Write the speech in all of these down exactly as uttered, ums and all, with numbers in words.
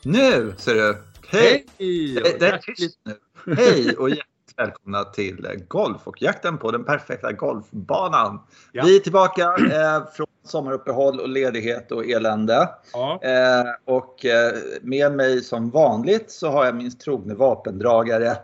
Nu ser du. Hej! Hej! Det, det är tyst nu. Hej och hjärtligt välkomna till Golf och jakten på den perfekta golfbanan. Ja. Vi är tillbaka eh, från sommaruppehåll och ledighet och elände. Ja. Eh, och eh, med mig som vanligt så har jag min trogne vapendragare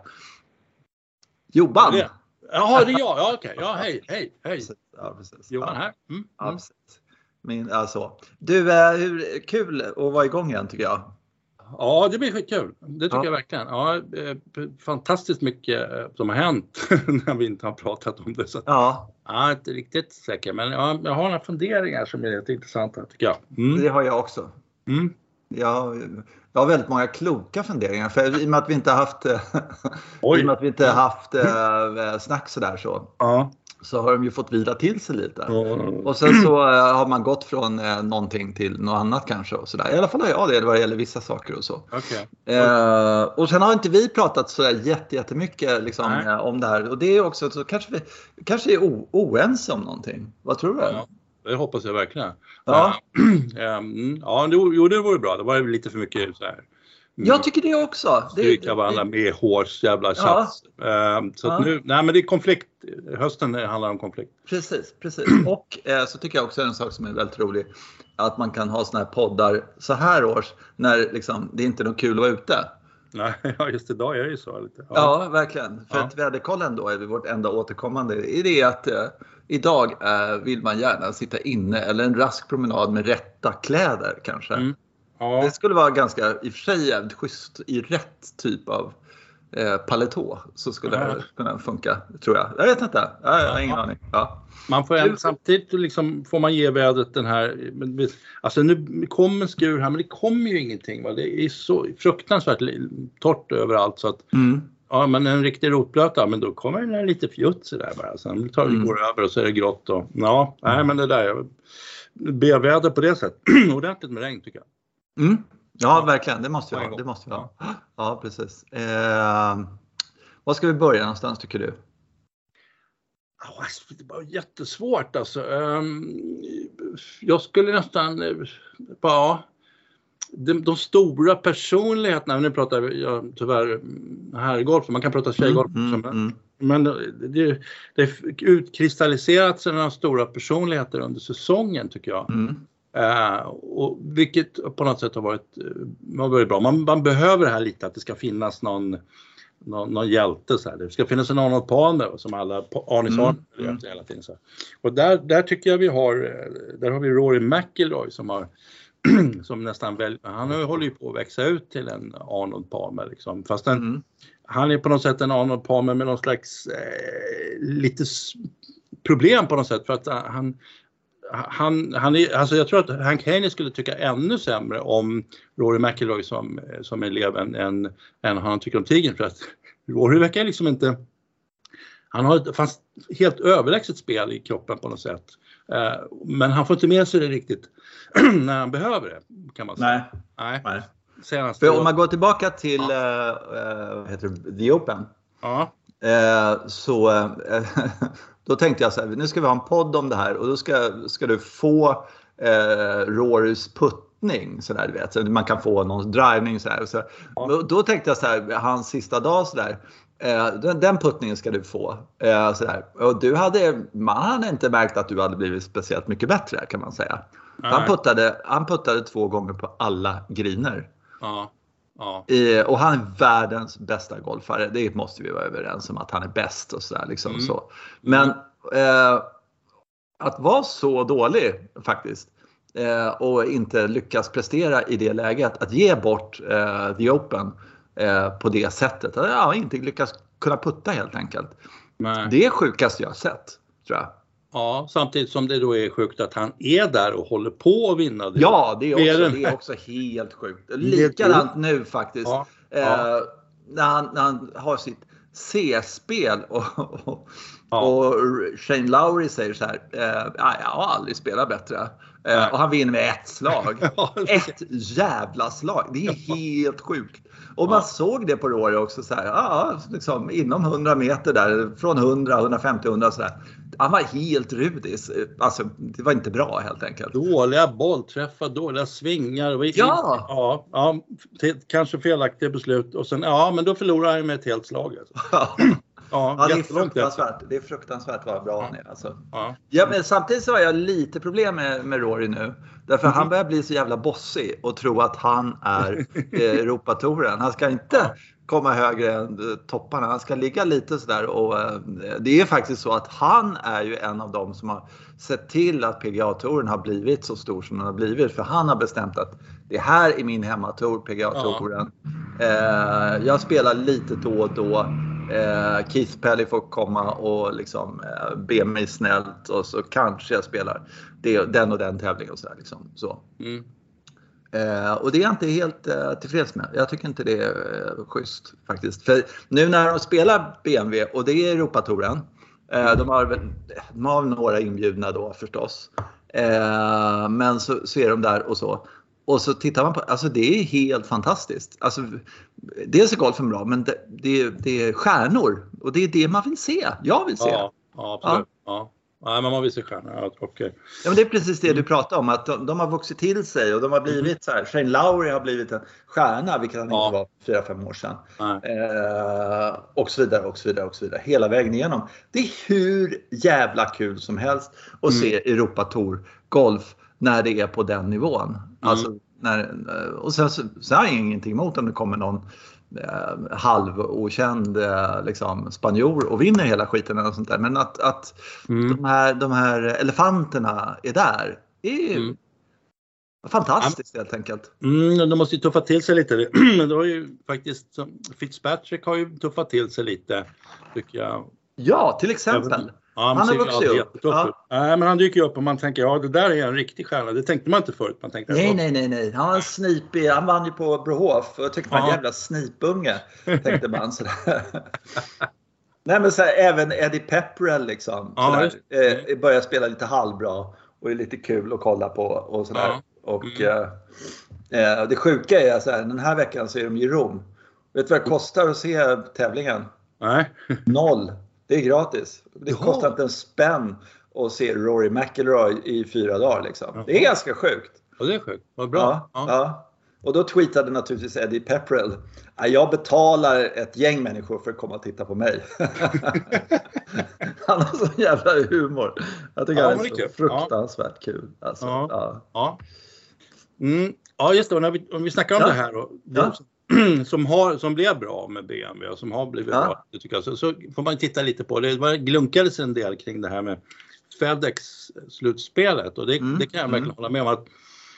Johan. Det? Jaha, det är jag. Ja, okej. Ja, hej, hej, hej. Precis. Ja, precis. Johan här. Mm. Ja, precis. Min, alltså. Du, eh, hur kul att vara igång igen tycker jag. Ja, det blir kul. Det tycker ja. jag verkligen. Ja, eh, fantastiskt mycket som har hänt när vi inte har pratat om det. Så. Ja. Ja, inte riktigt säker. Men ja, jag har några funderingar som är rätt intressanta tycker jag. Mm. Det har jag också. Mm. Jag, jag har väldigt många kloka funderingar. För i och med att vi inte har haft, i och med att vi inte har haft äh, snack sådär så. Ja. Så har de ju fått vila till sig lite. Mm. Och sen så äh, har man gått från äh, någonting till något annat kanske. Och sådär. I alla fall har jag det vad det gäller vissa saker och så. Okay. Äh, och sen har inte vi pratat så jätte, jättemycket liksom, äh, om det här. Och det är också så kanske vi kanske är o- oense om någonting. Vad tror du? Ja. Det hoppas jag verkligen. Ja, um, ja det, jo, det vore bra. Det var lite för mycket så här. Mm. Jag tycker det också. Stryka varandra med hårs jävla tjafs. Ja. Um, så ja. att nu, nej men det är konflikt. Hösten handlar om konflikt. Precis, precis. Och eh, så tycker jag också en sak som är väldigt rolig. Att man kan ha såna här poddar så här års. När liksom, det är inte något kul att vara ute. Nej, just idag är det ju så. Lite. Ja. ja, verkligen. För ja. att väderkollen då är vårt enda återkommande. Är det att eh, idag eh, vill man gärna sitta inne. Eller en rask promenad med rätta kläder kanske. Mm. Ja. Det skulle vara ganska, i och för sig jävligt schysst i rätt typ av eh, paletå. Så skulle ja. det kunna funka, tror jag. Jag vet inte, jag har ingen ja. aning. Ja. Man får en, samtidigt liksom, får man ge vädret den här, alltså nu kommer skur här men det kommer ju ingenting. Va? Det är så fruktansvärt torrt överallt så att mm. ja, men en riktig rotblöta, men då kommer den lite fjutt så där bara. Sen tar det, mm. går över och så är det grått och ja, mm. nej men det där, beväder på det sättet. Ordentligt med regn tycker jag. Mm. Ja, verkligen. Det måste vi ha. Det måste vi ha. Ja, ja precis. Eh, vad ska vi börja någonstans tycker du? Oh, det var jättesvårt alltså. Um, jag skulle nästan ja, de, de stora personligheterna, nu pratar jag tyvärr herrgolf, man kan prata tjejgolf mm, mm, mm. men det, det är utkristalliserat sig några stora personligheter under säsongen tycker jag. Mm. Uh, och vilket på något sätt har varit, har varit bra. Man, man behöver det här lite att det ska finnas någon, någon, någon hjälte så här. Det ska finnas en Arnold Palmer som alla Arne Svan mm. hela tiden så här. Och där, där tycker jag vi har där har vi Rory McIlroy som har som nästan väl, han håller ju på att växa ut till en Arnold Palmer liksom. Fast den, mm. han är på något sätt en Arnold Palmer med någon slags eh, lite problem på något sätt för att han Han, han är, alltså jag tror att Hank Haney skulle tycka ännu sämre om Rory McIlroy som, som elev än, än, än han tycker om Tigern. För att Rory verkar liksom inte... Han har ett fast helt överlägset spel i kroppen på något sätt. Eh, men han får inte med sig det riktigt när han behöver det, kan man säga. Nej. Nej. Nej. För om man går tillbaka till ja. uh, heter det, The Open. Ja. Uh, så... Uh, Då tänkte jag så här, nu ska vi ha en podd om det här och då ska, ska du få eh, Rorys puttning så där, du vet, så man kan få någon drivning så här. Så, ja. då, då tänkte jag så här, hans sista dag så där, eh, den, den puttningen ska du få eh, så där. Och du hade, man hade inte märkt att du hade blivit speciellt mycket bättre kan man säga. Han puttade, han puttade två gånger på alla griner. Ja. Ja. I, och han är världens bästa golfare. Det måste vi vara överens om att han är bäst och sådär liksom mm. så. Men eh, att vara så dålig faktiskt eh, och inte lyckas prestera i det läget, att ge bort eh, The Open eh, på det sättet, att ja, inte lyckas kunna putta helt enkelt. Nej. Det är sjukaste jag har sett, tror jag. Ja, samtidigt som det då är sjukt att han är där och håller på att vinna. Det. Ja, det är också, det är också helt sjukt. Likadant nu faktiskt. Ja, ja. Eh, när, han, när han har sitt C-spel och, och, ja. och Shane Lowry säger så här. Eh, jag har aldrig spelat bättre. Eh, och han vinner med ett slag. Ett jävla slag. Det är helt sjukt. Och man såg det på Rory också så här, ja, liksom inom hundra meter där, från hundra, hundrafemtio, hundra så där. Han var helt rudis. Alltså, det var inte bra helt enkelt. Dåliga bollträffar, dåliga svingar. Och ja. ja! Ja, kanske felaktiga beslut. Och sen, ja, men då förlorar han med ett helt slag. Alltså. Ja. Ja, ja, det är fruktansvärt. Det är fruktansvärt vad bra han är. Alltså. Ja. Ja, men samtidigt så har jag lite problem med, med Rory nu. Därför mm. han börjar bli så jävla bossig och tro att han är eh, Europatouren. Han ska inte ja. komma högre än eh, topparna. Han ska ligga lite sådär. Och eh, det är faktiskt så att han är ju en av dem som har sett till att P G A-touren har blivit så stor som den har blivit. För han har bestämt att det här är min hemmatour, P G A-touren. Ja. Eh, jag spelar lite då och då. Eh, Keith Pelly får komma och liksom eh, be mig snällt och så kanske jag spelar det, den och den tävlingen och så där, liksom. Så. Mm. Eh, och det är jag inte helt eh, tillfreds med. Jag tycker inte det är eh, schysst faktiskt. För nu när de spelar B M W och det är Europatouren, eh, de, har, de har några inbjudna då förstås. Eh, men så, så är de där och så. Och så tittar man på, alltså det är helt fantastiskt. Alltså, dels är golfen bra, men det, det, det är stjärnor. Och det är det man vill se. Jag vill se. Ja, ja absolut. Ja. Ja. Nej, men man vill se stjärnor. Ja, okay. Ja, men det är precis det du pratar om. Att de, de har vuxit till sig och de har blivit mm. så här. Shane Lowry har blivit en stjärna, vilket han ja. inte var för fyra fem år sedan. Eh, och så vidare, och så vidare, och så vidare. Hela vägen igenom. Det är hur jävla kul som helst att mm. se Europatour golf när det är på den nivån. Mm. Alltså, när, och sen så, så har jag ingenting emot om det kommer någon eh, halvokänd eh, liksom, spanjor och vinner hela skiten eller sånt där. Men att, att mm. de, här, de här elefanterna är där är mm. fantastiskt helt enkelt. Mm, de måste ju tuffa till sig lite. Det var ju faktiskt, Fitzpatrick har ju tuffat till sig lite, tycker jag. Ja, till exempel. Ja, han har vuxit upp. Ja. Nej, men han dyker ju upp och man tänker, ja det där är en riktig stjärna. Det tänkte man inte förut. Man tänkte, nej, nej, nej, nej. Han var en snipig. Han vann ju på Brohof. Och jag tyckte man, jävla snipunge. Tänkte man sådär. Nej, men så här, även Eddie Pepperell liksom. Ja, sådär, eh, börjar spela lite halvbra. Och är lite kul att kolla på. Och sådär. Ja. Och mm. eh, det sjuka är så här, den här veckan så är de i Rom. Vet du vad det kostar att se tävlingen? Nej. Noll. Det är gratis. Det kostar inte en spänn att se Rory McIlroy i fyra dagar. Liksom. Det är ganska sjukt. Ja, det är sjukt. Vad bra. Ja, ja. Ja. Och då tweetade naturligtvis Eddie Pepperell. Jag betalar ett gäng människor för att komma och titta på mig. Han har så jävla humor. Jag tycker ja, det är så fruktansvärt ja. kul. Alltså, ja. Ja. Ja. Mm. Ja, just det. När vi, om vi snackar om ja. det här då. Ja. Som, har, som blev bra med B M W och som har blivit ja. bra, tycker jag. Så, så får man titta lite på det. Det glunkades en del kring det här med FedEx-slutspelet och det, mm. det kan jag verkligen mm. hålla med om att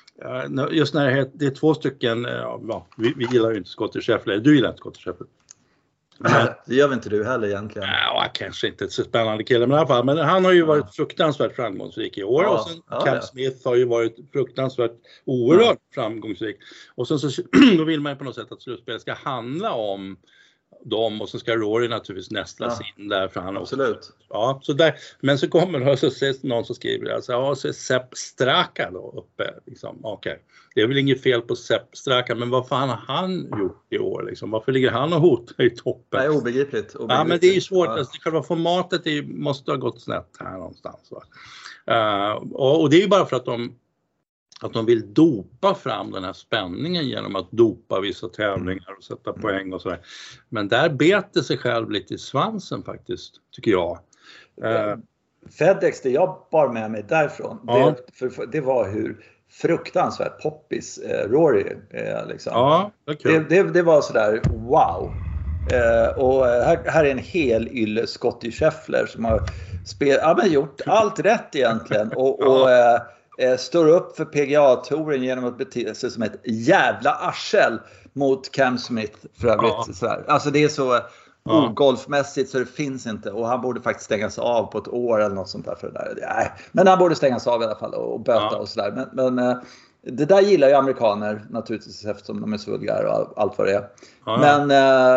just när det är, det är två stycken, ja, vi, vi gillar ju inte Scottie Scheffler, du gillar inte Scottie Scheffler. Men, det gör väl inte du heller egentligen. Ja, kanske inte ett så spännande kille, men i alla fall. Men han har ju varit ja. fruktansvärt framgångsrik i år. Ja. Och sen ja, Cam ja. Smith har ju varit fruktansvärt oerhört ja. framgångsrik. Och sen så då vill man ju på något sätt att slutspelet ska handla om dem. Och så ska Rory naturligtvis nästlas ja. in där. För han Absolut. Också, ja, så där. Men så kommer det så ses någon som skriver alltså, ja, så är Sepp Straka då uppe. Liksom. Okay. Det är väl inget fel på Sepp Straka, men vad fan har han gjort i år? Liksom? Varför ligger han och hotar i toppen? Det är obegripligt. obegripligt. Ja, men det är ju svårt. Ja. Alltså, själva formatet är, måste ha gått snett här någonstans. Va? Uh, och, och det är ju bara för att de, att de vill dopa fram den här spänningen genom att dopa vissa tävlingar och sätta poäng och sådär. Men där bet det sig själv lite i svansen faktiskt, tycker jag. Uh, FedEx, det jag bar med mig därifrån, ja. det, för, för, det var hur fruktansvärt poppis eh, Rory eh, liksom. Ja, okay. det, det, det var sådär wow. Eh, och här, här är en hel ylle Scottie Scheffler som har spel, ja, men gjort allt rätt egentligen och, och ja. eh, står upp för P G A-touren genom att bete sig som ett jävla arsel mot Cam Smith för övrigt. Ja. Sådär. Alltså det är så ja. golfmässigt så det finns inte, och han borde faktiskt stängas av på ett år eller något sånt där för det där. Nej, men han borde stängas av i alla fall och böta ja. och sådär. Men, men det där gillar ju amerikaner naturligtvis eftersom de är så vulgära och allt vad det är. Ja. Men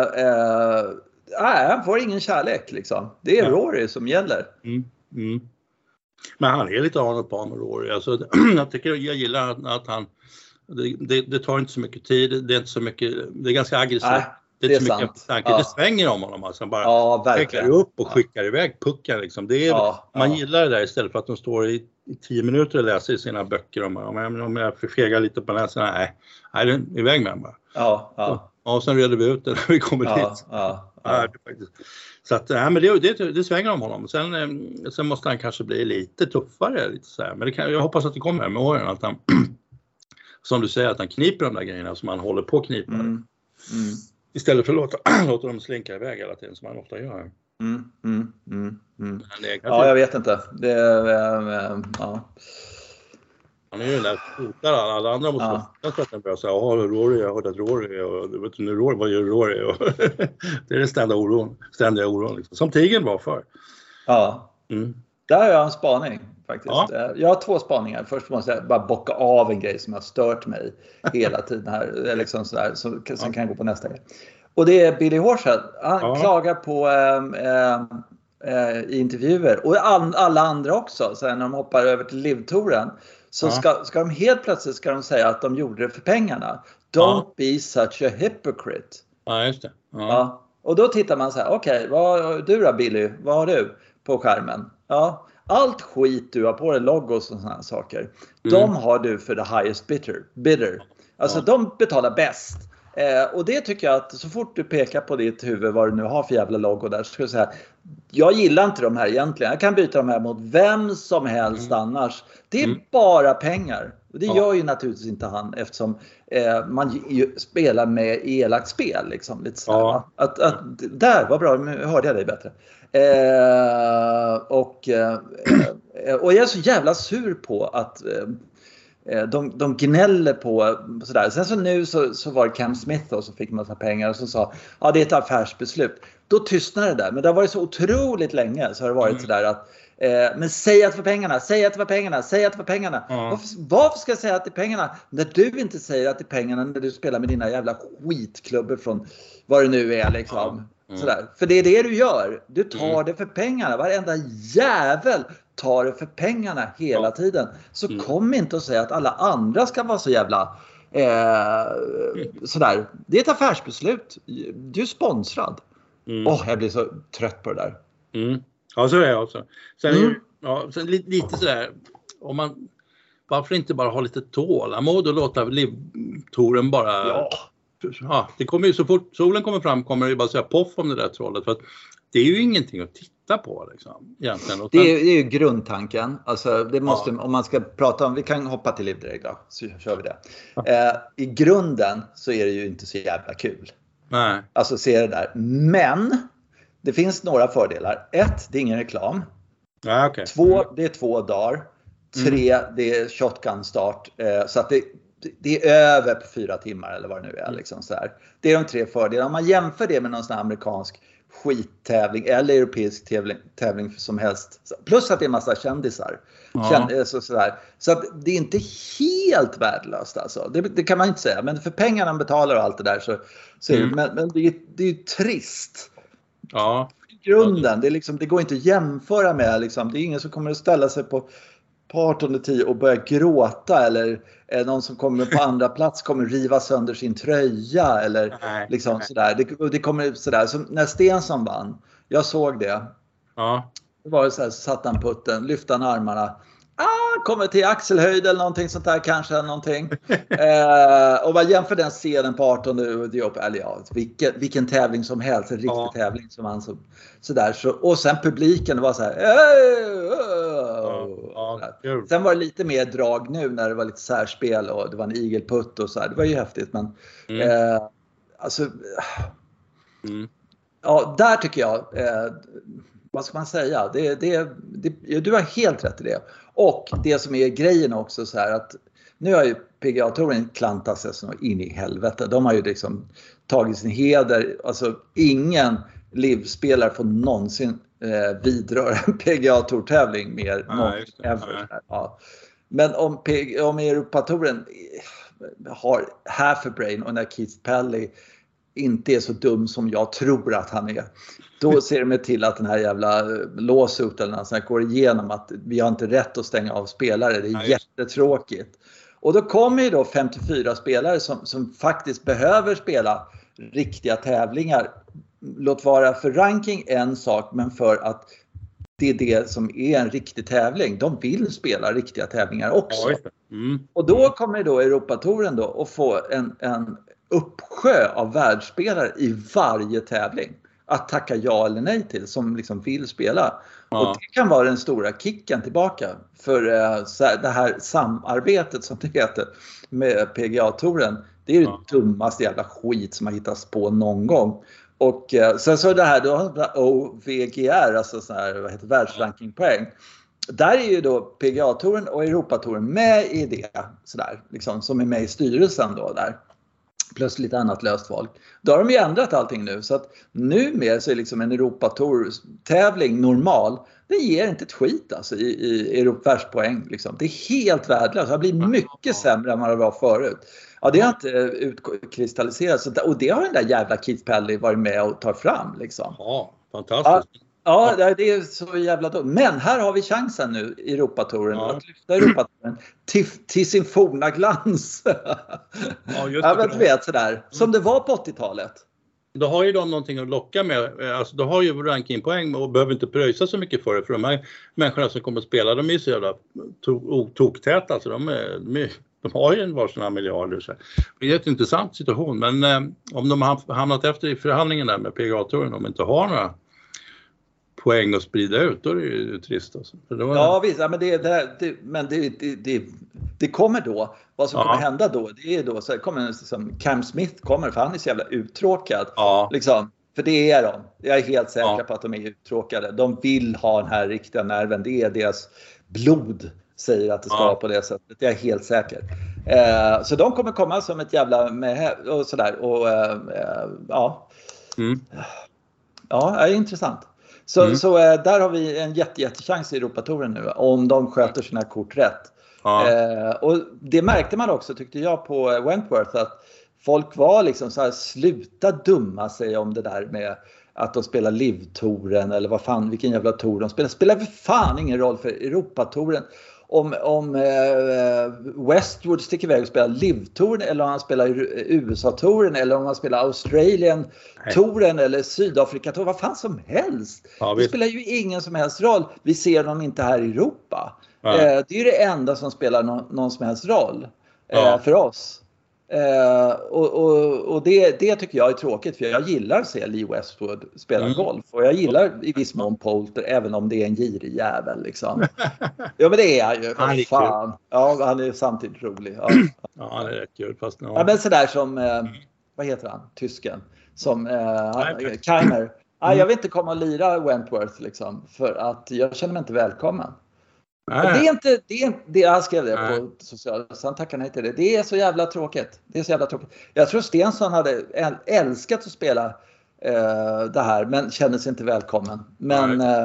äh, äh, han får ingen kärlek liksom. Det är ja. Rory som gäller. Mm. Mm. Men han är lite Arnold Palmer Rory. Alltså, jag tycker jag gillar att, att han det, det, det tar inte så mycket tid, det är inte så mycket, det är ganska aggressivt. Nej, det är inte så sant. mycket tanke. Ja. Det svänger om honom alltså. Han bara Ja, skickar upp och ja. skickar iväg puckar liksom. Det är, ja, man ja. gillar det där istället för att de står i, i tio minuter och läser i sina böcker om, om, jag, om jag förfegar lite på läsarna. Nej, nej, iväg med dem bara. Ja, ja. Och, och sen reder vi ut det när vi kommer ja, dit. Ja, ja. Ja, det faktiskt. Så att, nej, men det, det, det svänger om honom. Sen, sen måste han kanske bli lite tuffare. Lite så här. Men det kan, jag hoppas att det kommer med åren. Att han, som du säger, att han kniper de där grejerna som han håller på att knipa. Mm. Mm. Istället för att låta, låta dem slinka iväg hela tiden som han ofta gör. Mm, mm, mm, mm. Det ja, jag vet inte. Det, äh, äh, ja. Han är ju den där fotar alla andra måste ja. För att den börjar säga, ja, Rory, jag hörde att Rory, och vet du nu Rory, vad gör Rory? Och det är den ständiga oron, ständiga oron liksom. Som Tigern var för. Ja, mm. Där har jag en spaning faktiskt. Ja. Jag har två spaningar. Först måste jag bara bocka av en grej som har stört mig hela tiden här. Liksom sådär, så, sen ja. Kan jag gå på nästa grej. Och det är Billy Horschel. Han ja. Klagar på äh, äh, i intervjuer. Och all, alla andra också. Så när de hoppar över till Livtouren. Så ja. ska, ska de helt plötsligt ska de säga att de gjorde det för pengarna. Don't ja. Be such a hypocrite. Ja, just det. Ja. Ja. Och då tittar man så här, okej, okay, vad du då Billy? Vad har du på skärmen? Ja. Allt skit du har på dig, logos och sådana saker. Mm. De har du för the highest bidder. bidder. Alltså ja. De betalar bäst. Eh, och det tycker jag att så fort du pekar på ditt huvud vad du nu har för jävla logo där. Så ska jag säga, jag gillar inte de här egentligen. Jag kan byta de här mot vem som helst mm. annars. Det är mm. bara pengar. Och det ja. Gör ju naturligtvis inte han eftersom eh, man ju spelar med elakt spel. Liksom, lite så ja. att, att, där, vad bra, nu hörde jag dig bättre. Eh, och, eh, och jag är så jävla sur på att eh, de, de gnäller på sådär. Sen så nu så, så var det Cam Smith då, som fick en massa pengar och som sa ja det är ett affärsbeslut. Då tystnade det där. Men det har varit så otroligt länge så har det varit mm. sådär att eh, men säg att för pengarna, säg att för pengarna, säg att för pengarna. Mm. Varför, varför ska jag säga att det är pengarna när du inte säger att det är pengarna när du spelar med dina jävla skitklubbor från vad det nu är liksom. Mm. Mm. Sådär. För det är det du gör. Du tar mm. det för pengarna. Varenda jävel tar det för pengarna hela ja. Tiden. Så mm. kom inte att säga att alla andra ska vara så jävla eh, sådär. Det är ett affärsbeslut. Du är sponsrad. Mm. Oh, jag blir så trött på det där. Mm. Ja, så är jag också. Sen, mm. ja, sen lite, lite sådär. Om man, varför inte bara ha lite tålamod och låta livtouren bara... Ja. Ja, det kommer ju så fort solen kommer fram kommer det ju bara säga poff om det där trollet för att det är ju ingenting att titta på liksom egentligen. Och det, är, det är ju grundtanken. Alltså det måste ja. Om man ska prata om vi kan hoppa till liv direkt då så kör vi det. Ja. Eh, I grunden så är det ju inte så jävla kul. Nej. Alltså se det där. Men det finns några fördelar. Ett, det är ingen reklam. Ja, okay. Två, det är två dagar. Tre, mm. det är shotgun start eh, så att det det är över på fyra timmar eller vad det nu är. Liksom så här. Det är de tre fördelarna. Om man jämför det med någon sån här amerikansk skittävling eller europeisk tävling, tävling som helst. Plus att det är en massa kändisar. Ja. Känd, så, så, där. Så att det är inte helt värdelöst alltså. Det, det kan man inte säga. Men för pengarna man betalar och allt det där så, så mm. är det, men, men det, är, det är ju trist. Ja. I grunden. Det, är liksom, det går inte att jämföra med. Liksom. Det är ingen som kommer att ställa sig på på artonde tio och börja gråta eller eh, någon som kommer på andra plats kommer riva sönder sin tröja eller nej, liksom nej. Sådär. Det, det kommer sådär. Så när Stensson vann, jag såg det. Ja. Det var så här, så satt han putten, lyfte han armarna. Ah, kommer till axelhöjd eller någonting sånt där kanske någonting. eh, och vad jämför den scenen på artonde eller ja, vilken, vilken tävling som helst, en riktig ja. Tävling som han så, sådär. Så, och sen publiken var så här. Äh, ja, ja, sen var det lite mer drag nu när det var lite särspel och det var en igelputt och så här. Det var ju häftigt men mm. eh, alltså mm. ja, där tycker jag eh, vad ska man säga? Det, det, det, du har helt rätt i det. Och det som är grejen också så här att nu har ju P G A-touren klantat sig så in i helvete. De har ju liksom tagit sin heder. Alltså ingen livspelare får någonsin eh, vidröra en P G A-tourtävling mer. Ja, ever. Ja. Men om, om Europatouren har Half-a-Brain och när Keith Pelly inte är så dum som jag tror att han är. Då ser de till att den här jävla lawsuit eller något sånt går igenom att vi har inte rätt att stänga av spelare. Det är Nej. jättetråkigt. Och då kommer ju då femtiofyra spelare som, som faktiskt behöver spela riktiga tävlingar. Låt vara för ranking en sak, men för att det är det som är en riktig tävling. De vill spela riktiga tävlingar också. Ja, mm. Och då kommer då Europatouren då att få en, en uppsjö av världsspelare i varje tävling. Att tacka ja eller nej till, som liksom vill spela. Ja. Och det kan vara den stora kicken tillbaka för uh, så här, det här samarbetet som det heter med P G A-touren. Det är ju ja. det dummaste jävla skit som har hittats på någon gång. Och uh, sen så det här då, O V G R, alltså så här, vad heter världsrankingpoäng. Där är ju då P G A-touren och Europatouren med i det, sådär, liksom, som är med i styrelsen då där. Plus lite annat löst folk. Då har de ju ändrat allting nu. Så att numera så är liksom en Europatour-tävling normal. Det ger inte ett skit alltså i, i Europavärldspoäng. Liksom. Det är helt värdelöst. Det har blivit mycket sämre än vad det var förut. Ja, det har inte utkristalliserats. Och det har den där jävla Keith Pelly varit med och tar fram. Liksom. Ja, fantastiskt. Ja. Ja, det är så jävla dumt. Men här har vi chansen nu i Europatouren ja. att lyfta Europatouren till, till sin forna glans. Ja, just det. Jag vet, vet sådär. Som det var på åttiotalet. Då har ju de någonting att locka med. Alltså, då har ju rankingpoäng och behöver inte pröjsa så mycket för det. För de här människorna som kommer att spela, de är ju så jävla to- toktäta. Alltså, de, är, de, är, de har ju en varsina miljarder. Så. Det är en jätteintressant situation. Men eh, om de har hamnat efter i förhandlingen där med P G A-touren, om de inte har några poäng att sprida ut, då är det ju trist alltså. För då är... Ja visst, ja, men, det, det, det, men det, det, det, det kommer då. Vad som ja. kommer hända då, det är då så här, kommer som Cam Smith kommer, för han är så jävla uttråkad. Ja. Liksom, för det är de. Jag är helt säker ja. på att de är uttråkade. De vill ha den här riktiga nerven. Det är deras blod säger att det ska ja. vara på det sättet. Det är jag helt säker. Eh, så de kommer komma som ett jävla med och sådär. Och eh, ja. Mm. Ja, det är intressant. Så, mm. så äh, där har vi en jätte, jättechans i Europatouren nu om de sköter sina kort rätt. Ja. Eh, och det märkte man också, tyckte jag, på Wentworth, att folk var liksom så här, sluta dumma sig om det där med att de spelar Live-touren eller vad fan, vilken jävla tour de spelar. Spelar för fan ingen roll för Europatouren. Om, om eh, Westwood sticker iväg och spelar Live-touren eller om han spelar U S A-touren eller om han spelar Australien-touren eller Sydafrika-touren, vad fan som helst. Ja, det spelar ju ingen som helst roll. Vi ser dem inte här i Europa. Ja. Eh, det är det enda som spelar no- någon som helst roll eh, ja. för oss. Eh, och och, och det, det tycker jag är tråkigt, för jag gillar att se Lee Westwood spela mm. golf, och jag gillar i viss mån Poulter, även om det är en girig jävel liksom. Ja, men det är han ju. Han är fan. Ja, han är samtidigt rolig. Ja, ja han är rätt kul fast ja. ja, men sådär som eh, vad heter han? Tysken som eh, Keimer. Ja, jag vill inte komma och lira Wentworth liksom, för att jag känner mig inte välkommen. Det är inte det, är, det jag skrev det nej. på sociala, så han tackar nej till det. Det är så jävla tråkigt. Det är så jävla tråkigt. Jag tror Stensson hade älskat att spela eh, det här, men kände sig inte välkommen. Men eh,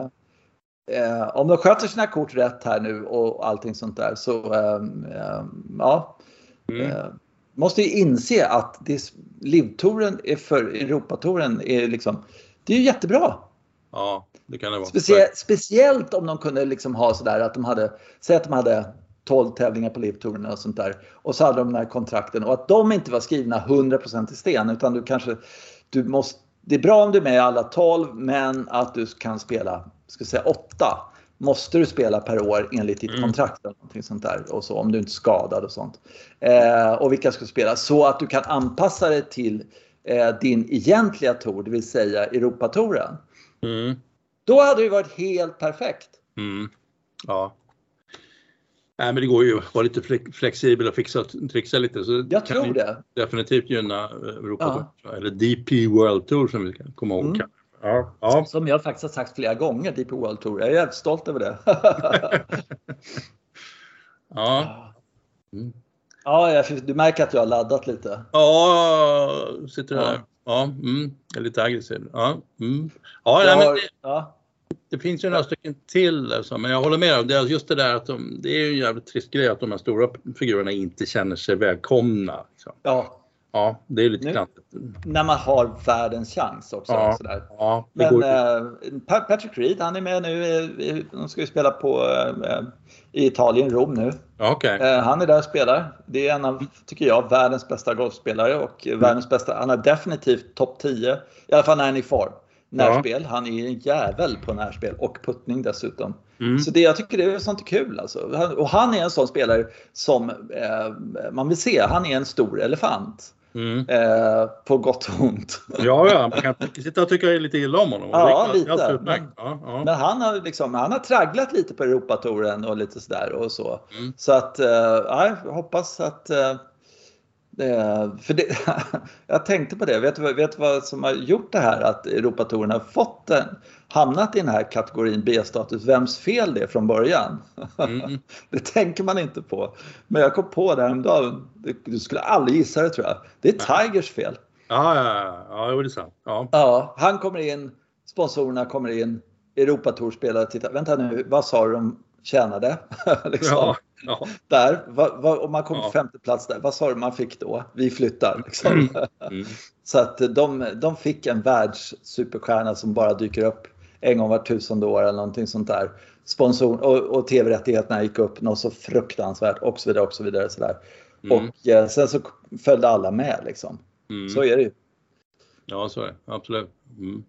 eh, om de sköter sina kort rätt här nu och allting sånt där, så eh, ja mm. eh, måste ju inse att det, Live-touren är för Europatouren är liksom, det är ju jättebra. Ja, det kan det vara. Specie- speciellt om de kunde liksom ha sådär att de hade, säg att de hade tolv tävlingar på Live-touren och sånt där. Och så hade de den här kontrakten, och att de inte var skrivna hundra procent i sten, utan du kanske, du måste, det är bra om du är med i alla tolv, men att du kan spela, ska säga åtta, måste du spela per år enligt ditt mm. kontrakt eller någonting sånt där, och så, om du inte är skadad och sånt. Eh, och vilka ska spela, så att du kan anpassa dig till eh, din egentliga tour, det vill säga Europatouren. Mm. Då hade det varit helt perfekt. Mm. Ja. Nej, men det går ju att vara lite flexibel och fixa, trixa lite. Så jag tror det. Definitivt gynna Europa ja. eller D P World Tour som vi kan komma ihåg. Mm. Ja. Ja. Som jag faktiskt har sagt flera gånger, D P World Tour. Jag är jävligt stolt över det. ja. Mm. Ja, du märker att jag har laddat lite. Ja, sitter här. Ja. Ja, mm, jag är lite aggressiv. Ja, mm. ja, nej, men det, ja. det finns ju några stycken till. Alltså, men jag håller med om det. Just det där att de, det är ju en jävligt trist grej att de här stora figurerna inte känner sig välkomna. Liksom. Ja, Ja, det är lite Nu, klantigt. när man har världens chans också. Ja, sådär. ja, det Men går eh, Patrick Reed, han är med nu. I, de ska ju spela på eh, i Italien, Rom nu. Ja, okej. Eh, han är där och spelar. Det är en av, tycker jag, världens bästa golfspelare. Och Mm. världens bästa, han är definitivt topp tio. I alla fall när han är i form. Närspel, Ja. han är en jävel på närspel och puttning dessutom. Mm. Så det, jag tycker det är sånt kul alltså. Han, och han är en sån spelare som eh, man vill se. Han är en stor elefant. Mm. Eh, på gott och ont. Ja, ja, man kan sitta och tycka lite illa om honom. Ja, det är lite. alltid Men, ja, ja. men han har liksom, han har tragglat lite på Europatouren och lite sådär och så. Mm. Så att, eh, ja, jag hoppas att eh, för det, jag tänkte på det. Vet du vet vad som har gjort det här att Europatouren har fått en, hamnat i den här kategorin B-status? Vems fel det är från början? Mm. Det tänker man inte på. Men jag kom på det häromdagen. Du skulle aldrig gissa det, tror jag. Det är Tigers fel. Ja, ja, ja, ja, det är sant. Ja. Ja, han kommer in, sponsorerna kommer in, Europatourspelare tittar. Vänta nu, vad sa du de tjänade? liksom. Ja. Ja. Där, va, va, om man kom på Ja. femte plats där, vad sa du man fick då? Vi flyttar. Liksom. Mm. Så att de, de fick en världssuperstjärna som bara dyker upp en gång var tusende år eller någonting sånt där. Sponsor och, och tv-rättigheterna gick upp något så fruktansvärt och så vidare och så vidare. Så där. Mm. Och eh, sen så följde alla med liksom. Mm. Så är det ju. Ja, så är det. Absolut. Mm.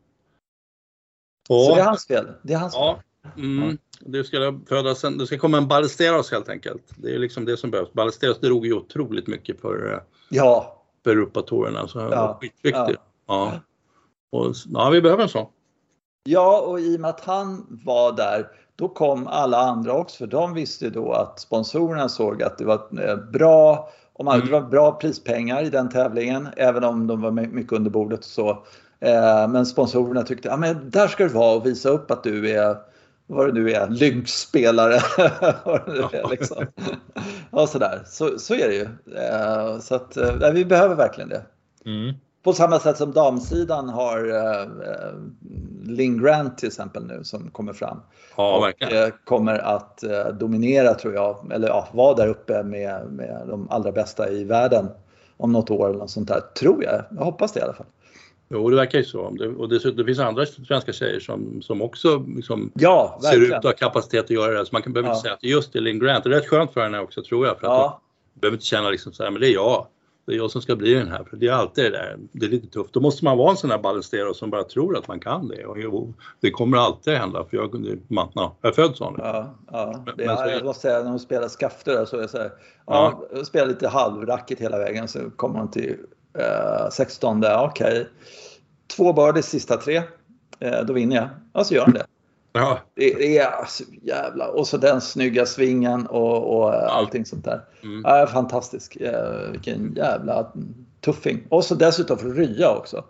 Så Och, det är hans fel. Det är hans ja. fel. Mm. Det ska födas en, det ska komma en Ballesteros helt enkelt. Det är liksom det som behövs. Ballesteros drog ju otroligt mycket för, Ja. för Europatouren. Alltså, Ja. Skitviktigt. Ja. Ja. Och, ja, vi behöver en sån. Ja, och i och med att han var där, då kom alla andra också. För de visste då att sponsorerna såg att det var bra, om man, mm. det var bra prispengar i den tävlingen, även om de var mycket under bordet och så. Eh, men sponsorerna tyckte, ja men där ska du vara och visa upp att du är, vad det nu är, lyxspelare. liksom. Och sådär. Så, så är det ju. Eh, så att eh, vi behöver verkligen det. Mm. På samma sätt som damsidan har uh, Lynn Grant till exempel nu som kommer fram. Ja, och verkligen. uh, kommer att uh, dominera, tror jag. Eller ja, uh, vara där uppe med, med de allra bästa i världen om något år eller något sånt där. Tror jag. Jag hoppas det i alla fall. Jo, det verkar ju så. Det, och det, det finns andra svenska tjejer som, som också liksom ja, ser ut att ha kapacitet att göra det. Så man kan behöva ja. inte säga att just det är Lynn Grant. Det är rätt skönt för henne också, tror jag. För att ja. man behöver inte känna liksom så här, men det är jag. Det är jag som ska bli den här. För det är alltid det där. Det är lite tufft. Då måste man vara en sån där Ballesteros som bara tror att man kan det. Och jo, det kommer alltid hända. För jag, man, ja, jag är född sån. Ja, ja. Det, men, men jag måste säga, när de spelar skafter där så är jag så här, ja, ja. spelar lite halvrackigt hela vägen. Så kommer de till eh, sexton där, okej. Okay. Två birdies sista tre, eh, då vinner jag. Ja, så gör han det. Ja. Det, det är alltså jävla. Och så den snygga svingen och, och allting sånt där. Mm. Ja, fantastisk. Eh, vilken jävla tuffing. Och så dessutom för rya också.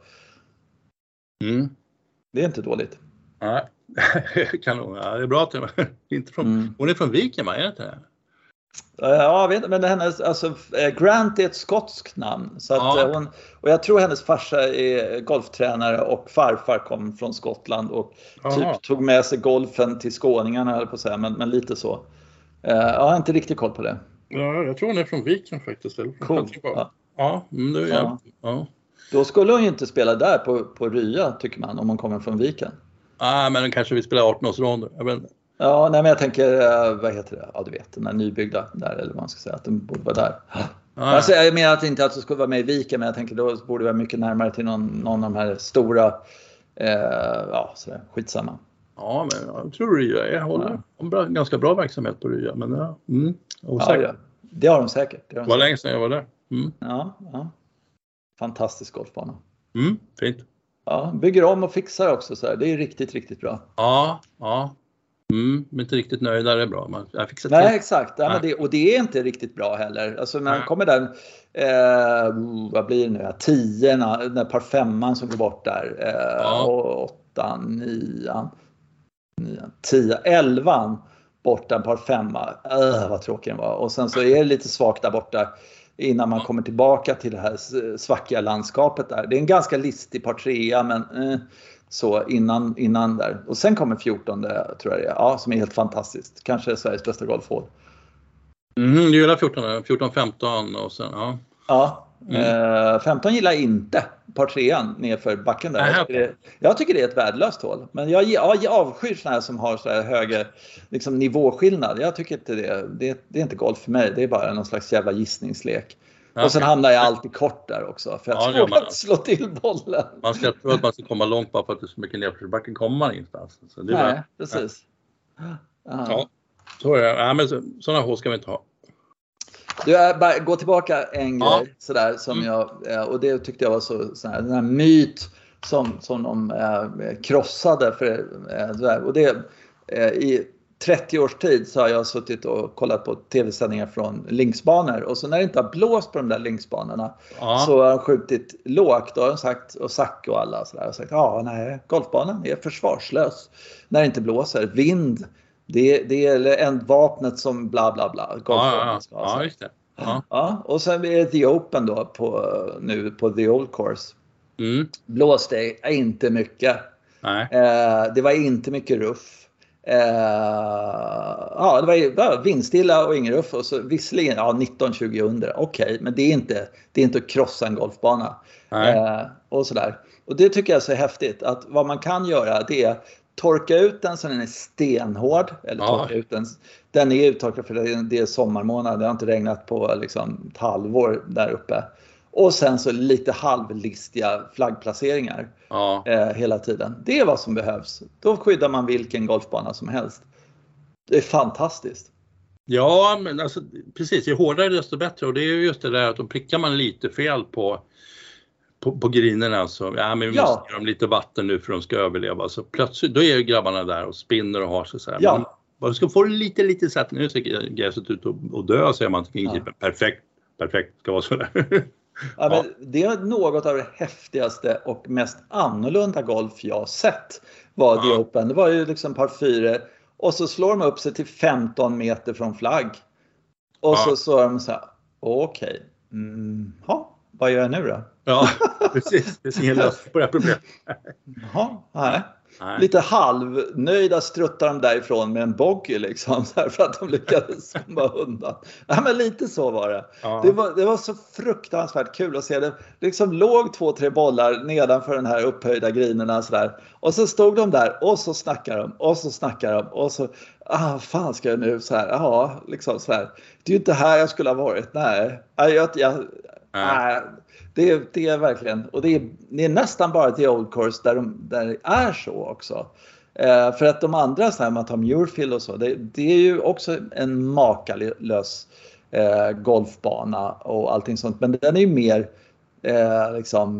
Mm. Det är inte dåligt. Nej, kanon. Ja, det är bra till inte från, mm. Hon är från Viken, va? Är det inte det? Ja, jag vet inte, men hennes, alltså, Grant är ett skotskt namn. Så att ja. hon, och jag tror hennes farsa är golftränare och farfar kom från Skottland och typ tog med sig golfen till skåningarna, eller på att säga, men, men lite så. Uh, jag har inte riktigt koll på det. Ja, jag tror hon är från Viken faktiskt. Cool. Ja, ja, det är, ja. ja. Då skulle hon ju inte spela där på, på Rya, tycker man, om hon kommer från Viken. Nej, ah, men kanske vi spelar arton-årsronder. Jag vet inte. Ja, nej, men jag tänker, vad heter det? Ja, du vet, den där nybyggda där, eller vad man ska säga, att den borde vara där. Ah. Alltså, jag menar att inte att det skulle vara med i Viken, men jag tänker då borde det vara mycket närmare till någon, någon av de här stora, eh, ja, sådär, skitsamma. Ja, men jag tror Rya, jag håller ja. bra, ganska bra verksamhet på Rya, men ja, mm, ja, ja, det har de säkert. Det har de var säkert. länge sedan jag var där. Mm. Ja, ja. Fantastisk golfbana. Mm, fint. Ja, bygger om och fixar också så här. Det är riktigt, riktigt bra. Ja, ja. Mm, men inte riktigt nöjd där är bra. Man, jag fixar Nej, till. exakt. Ja, men det, och det är inte riktigt bra heller. Alltså när man Nej. kommer där, eh, vad blir det nu? tio, den där par femman som går bort där. Eh, ja. Och åttan, nian, nian, tio, elvan bort en par femma. Äh, vad tråkig den var. Och sen så är det lite svagt där borta innan man kommer tillbaka till det här svackiga landskapet där. Det är en ganska listig par trea, men eh, så innan, innan där. Och sen kommer fjortonde, tror jag det är. Ja, som är helt fantastiskt. Kanske Sveriges bästa golfhål. Mm, du gillar fjorton, fjorton femton och sen, ja. Ja, Mm. femton gillar jag inte. Par trean nerför backen där. Aha, jag, tycker det, jag tycker det är ett värdelöst hål. Men jag, jag avskyr såna här som har så här höga liksom, nivåskillnad. Jag tycker inte det, det. Det är inte golf för mig. Det är bara någon slags jävla gissningslek. Okay. Och sen hamnar jag alltid kort där också. För att ja, man, slå till bollen. Man ska tro att man ska komma långt bara för att det är så mycket nedförsbacken kommer man ingenstans. Så det är Nej, bara, precis. Ja. Ja, så är det. Ja, men så, sådana hål ska vi inte ha. Du, är bara, gå tillbaka en ja. grej sådär som mm. jag, och det tyckte jag var så, sådär, den här myt som, som de eh, krossade för, eh, sådär, och det eh, i trettio års tid så har jag suttit och kollat på tv-sändningar från linksbanor, och så när det inte har blåst på de där linksbanorna ja. så har de skjutit lågt och har sagt, och Sack och alla sådär, och sagt ja nej, golfbanan är försvarslös när det inte blåser, vind. Det, det är en vapnet som bla bla bla. Ja, ja, ja, just det. Ja. Ja, och sen är det The Open då på, nu på The Old Course. Mm. Blåste inte mycket. Nej. Eh, det var inte mycket ruff. Eh, ja, det var, var vindstilla och ingen ruff. Och så visserligen ja, nitton tjugo under. Okej, okay, men det är, inte, det är inte att krossa en golfbana. Eh, och sådär. Och det tycker jag är så häftigt. Att vad man kan göra det är torka ut den så den är stenhård. Eller ja. torka ut den. Den är uttorkad för det är sommarmånad. Det har inte regnat på liksom ett halvår där uppe. Och sen så lite halvlistiga flaggplaceringar ja. eh, hela tiden. Det är vad som behövs. Då skyddar man vilken golfbana som helst. Det är fantastiskt. Ja, men alltså precis. Ju hårdare desto bättre. Och det är ju just det där att då prickar man lite fel på På, på grinerna alltså. Ja, men vi måste ja. ge dem lite vatten nu för att de ska överleva. Så plötsligt, då är ju grabbarna där och spinner och har sig så här. Ja. Men man ska få lite, lite så att nu ser gräset ut och, och dö, säger man till ja. Perfekt, perfekt, ska vara så där. Ja, ja. Men det är något av det häftigaste och mest annorlunda golf jag har sett var The ja. Open. Det var ju liksom par fyra och så slår de upp sig till femton meter från flagg. Och ja. så så är de så här, okej, okay. mm, ja. Vad gör jag nu då? Ja, precis. Det är ingen lösning på det här problemet. Jaha, nej. nej. Lite halvnöjda struttar de därifrån med en bogey liksom. Så här, för att de lyckades komma undan. Nej, men lite så var det. Ja. Det, var, det var så fruktansvärt kul att se. Det liksom låg två, tre bollar nedanför den här upphöjda grinerna. Så där. Och så stod de där och så snackade de. Och så snackade de. Och så, ah, fan ska jag nu? Så här, ja, liksom så här. Det är ju inte här jag skulle ha varit. Nej, jag... jag Nej, det är, det är verkligen, och det är, det är nästan bara till Old Course där, de, där det är så också. Eh, för att de andra, så här, man tar Muirfield och så, det, det är ju också en makalös eh, golfbana och allting sånt. Men den är ju mer, eh, liksom,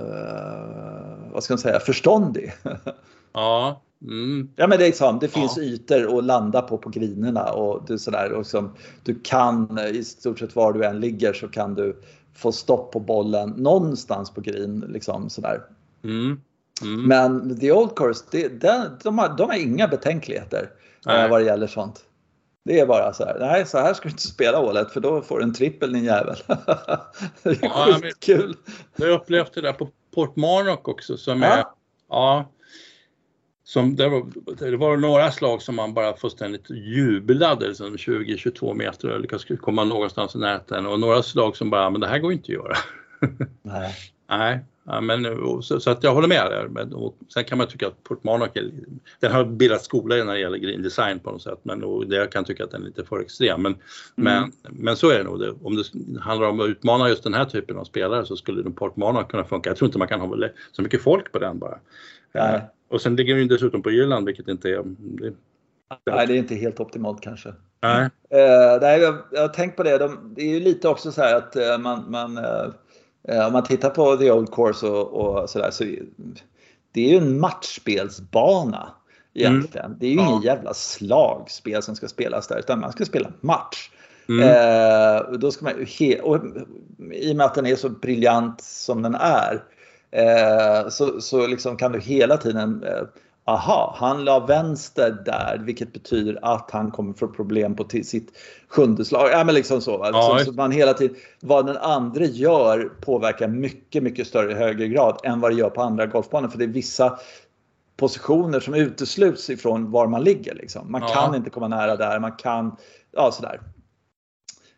eh, vad ska man säga, förståndig. Ja. Mm. Ja, men det är liksom, det finns ja. ytor att landa på på grinerna och du sådär, och liksom, du kan i stort sett var du än ligger så kan du få stopp på bollen någonstans på green liksom sådär. Mm. Mm. Men The Old Course, det, det, de, har, de har inga betänkligheter eh, vad det gäller sånt. Det är bara så här, nej, så här ska du inte spela hålet för då får du en trippel din jävel. Det är ja, skitkul. Jag upplevt det där på Portmarnock också som är, ja, ja som det var, det var några slag som man bara fullständigt jublade, liksom tjugo till tjugotvå meter och lyckas komma någonstans i närheten, och några slag som bara, men det här går inte att göra. Nej. Nej, ja, men så, så att jag håller med där. Men, och sen kan man tycka att Portmarnock är, den har bildat skola när det gäller green design på något sätt, men och det, jag kan tycka att den är lite för extrem, men, mm. men, men så är det nog. Det, om det handlar om att utmana just den här typen av spelare så skulle den Portmarnock kunna funka. Jag tror inte man kan ha så mycket folk på den bara. Nej. Och sen ligger vi dessutom på Irland, vilket inte är... Det, nej, det är inte helt optimalt kanske. Nej. Uh, nej jag, jag har tänkt på det. De, det är ju lite också så här att uh, man... man uh, om man tittar på The Old Course och, och sådär, så det är ju en matchspelsbana egentligen. Mm. Det är ju ja. ingen jävla slagspel som ska spelas där, utan man ska spela match. Mm. Uh, då ska man, he, och, i och med att den är så briljant som den är, Eh, så, så liksom kan du hela tiden eh, aha, han la vänster där, vilket betyder att han kommer få problem på t- sitt sjunde slag. Ja, men liksom så, va? Ja, så, så man hela tiden, vad den andra gör påverkar mycket, mycket större högre grad än vad det gör på andra golfbanor, för det är vissa positioner som utesluts ifrån var man ligger liksom. Man ja. kan inte komma nära där, man kan, ja sådär.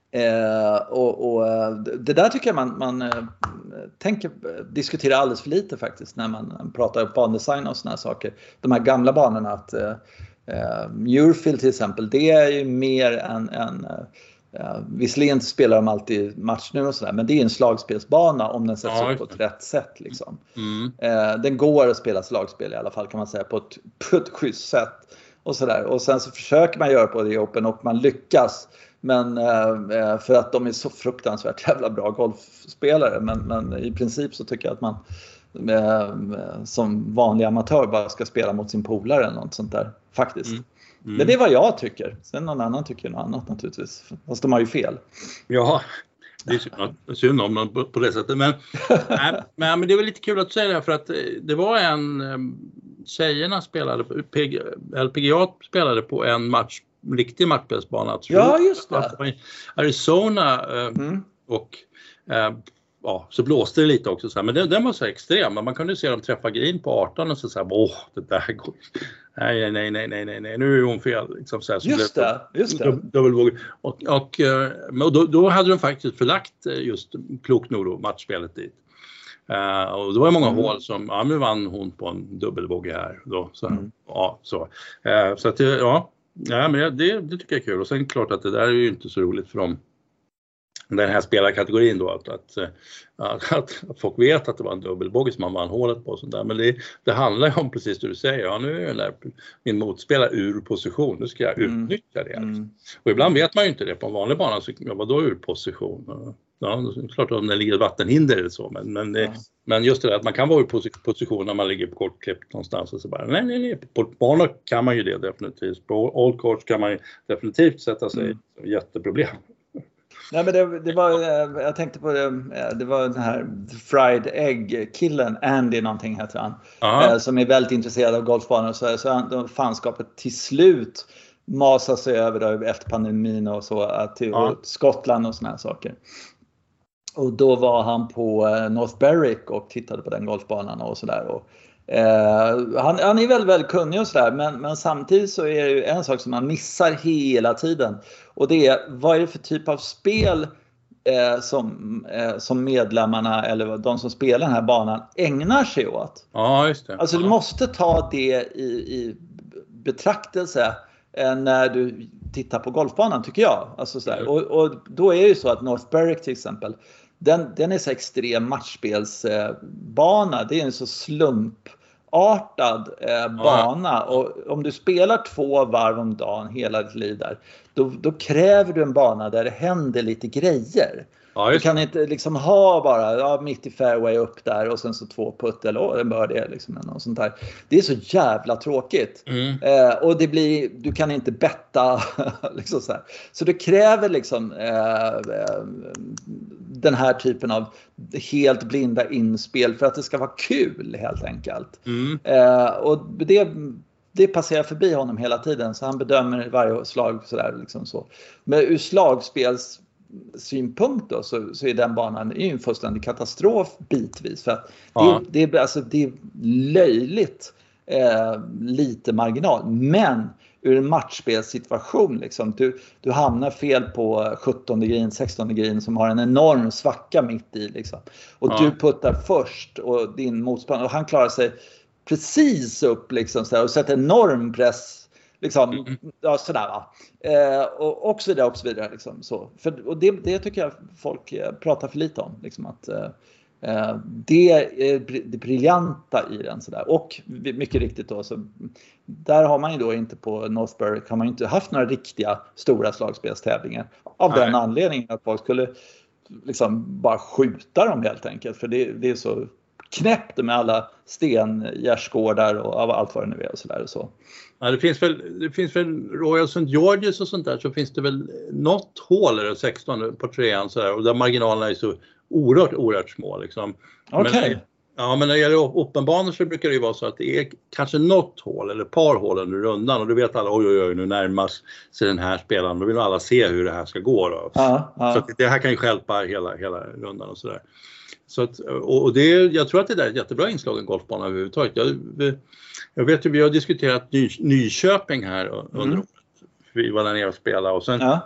Eh, och, och det där tycker jag man, man eh, tänker, diskuterar alldeles för lite faktiskt när man pratar om bandesign och såna här saker. De här gamla banorna, att eh, Muirfield till exempel, det är ju mer än en eh, visserligen spelar de alltid match nu och sådär, men det är en slagspelsbana om den sätts ja, upp på ett rätt sätt liksom. Mm. Eh, den går att spela slagspel i alla fall, kan man säga, på ett, på ett schysst sätt och sådär. Och sen så försöker man göra på det i Open och man lyckas. Men eh, för att de är så fruktansvärt jävla bra golfspelare. Men, men i princip så tycker jag att man eh, som vanlig amatör bara ska spela mot sin polare eller något sånt där. Faktiskt. Mm. Mm. Men det är vad jag tycker. Sen någon annan tycker något annat naturligtvis. Fast de har ju fel. Ja, det är synd, synd om någon på, på det sättet. Men, nej, men, men det är väl lite kul att säga det här, för att det var en tjejerna spelade på L P G A spelade på en match, riktig matchspelsbana. Ja, just det. Arizona mm. och eh, ja, så blåste det lite också så här, men den, den var så extrem. Man kunde se dem träffa green på arton och så så här, åh, det där går. Nej nej nej nej nej nej, nu är hon fel liksom så här, så just det, just det. Dubbelvåg. Och och, och då, då hade de faktiskt förlagt just klokt nog matchspelet dit. Uh, och det var många mm. hål som, ja, nu vann hon på en dubbelvåg här då, så mm. ja, så uh, så att ja, ja men det, det tycker jag är kul. Och sen klart att det där är ju inte så roligt för dem, den här spelarkategorin då, att, att, att, att folk vet att det var en dubbelbåge som man vann hålet på och sånt där. Men det, det handlar ju om precis det du säger. Ja, nu är den där, min motspelare ur position. Nu ska jag mm. utnyttja det. Mm. Och ibland vet man ju inte det på en vanlig bana. Så ja, vad då ur position? Ja, det är klart om det ligger ett vattenhinder eller så. Men, men, det, ja. men just det där att man kan vara ur position när man ligger på kortklipp någonstans. Och så bara, nej, nej, nej. På banor kan man ju det definitivt. På old course kan man ju definitivt sätta sig mm. i jätteproblem. Nej, men det, det var, jag tänkte på det, det var den här fried egg-killen, Andy någonting heter han, Aha. som är väldigt intresserad av golfbanor. Så, så han, fanskapet till slut masar sig över då, efter pandemin och så till ja. Skottland och såna här saker. Och då var han på North Berwick och tittade på den golfbanan och sådär. Och eh, han, han är väldigt, väldigt kunnig och sådär, men, men samtidigt så är det ju en sak som man missar hela tiden. Och det är, vad är det för typ av spel eh, som, eh, som medlemmarna eller de som spelar den här banan ägnar sig åt? Ja, just det. Alltså ja. Du måste ta det i, i betraktelse eh, när du tittar på golfbanan, tycker jag. Alltså så här. Och, och då är det ju så att North Berwick till exempel, den, den är så extrem matchspelsbana. Eh, det är en så slumpartad eh, bana. Ja. Och om du spelar två varv om dagen hela ditt liv där, då, då kräver du en bana där det händer lite grejer. Ja, du kan inte liksom ha bara ja, mitt i fairway upp där och sen så två putt eller en bör det liksom och sånt där. Det är så jävla tråkigt. Mm. Eh, och det blir, du kan inte betta liksom så här. Så det kräver liksom eh, den här typen av helt blinda inspel för att det ska vara kul helt enkelt. Mm. Eh, och det Det passerar förbi honom hela tiden, så han bedömer varje slag sådär liksom så. Men ur slagspels synpunkt då, så, så är den banan är ju en fullständig katastrof bitvis, för att ja. det, det, är, alltså, det är löjligt eh, lite marginal, men ur en matchspelssituation liksom, du, du hamnar fel på sjuttonde green, sextonde green som har en enorm svacka mitt i liksom. Och ja. Du puttar först och din motståndare, och han klarar sig precis upp liksom, så här, och sätter enorm press liksom, mm. ja, sådär va. Eh, och, och så vidare och så vidare liksom, så. För, och det, det tycker jag folk eh, pratar för lite om liksom, att eh, det är det briljanta i den sådär. Och mycket riktigt då, så där har man ju då inte på North Berwick har man ju inte haft några riktiga stora slagspelstävlingar av Nej. Den anledningen att folk skulle liksom bara skjuta dem helt enkelt, för det, det är så knäppt med alla stengärdsgårdar och av allt vad det nu är och sådär och så. Ja, det finns väl, det finns väl Royal Saint George's och sånt där, så finns det väl något hål eller sexton på trean så där, och där marginalerna är så oerhört, oerhört små liksom. Okej. Okay. Ja, men när det gäller öppenbanor så brukar det ju vara så att det är kanske något hål eller ett par hål under rundan, och du vet alla, oj oj oj, nu närmas sig den här spelaren, då vill alla se hur det här ska gå då. Ja, ja. Så att det här kan ju stjälpa hela, hela rundan och sådär. Så att, och det, jag tror att det där är ett jättebra inslag i golfbana överhuvudtaget. Jag, jag vet ju, vi har diskuterat Ny, Nyköping här under mm. året. Vi var där nere och spelade och sen, ja.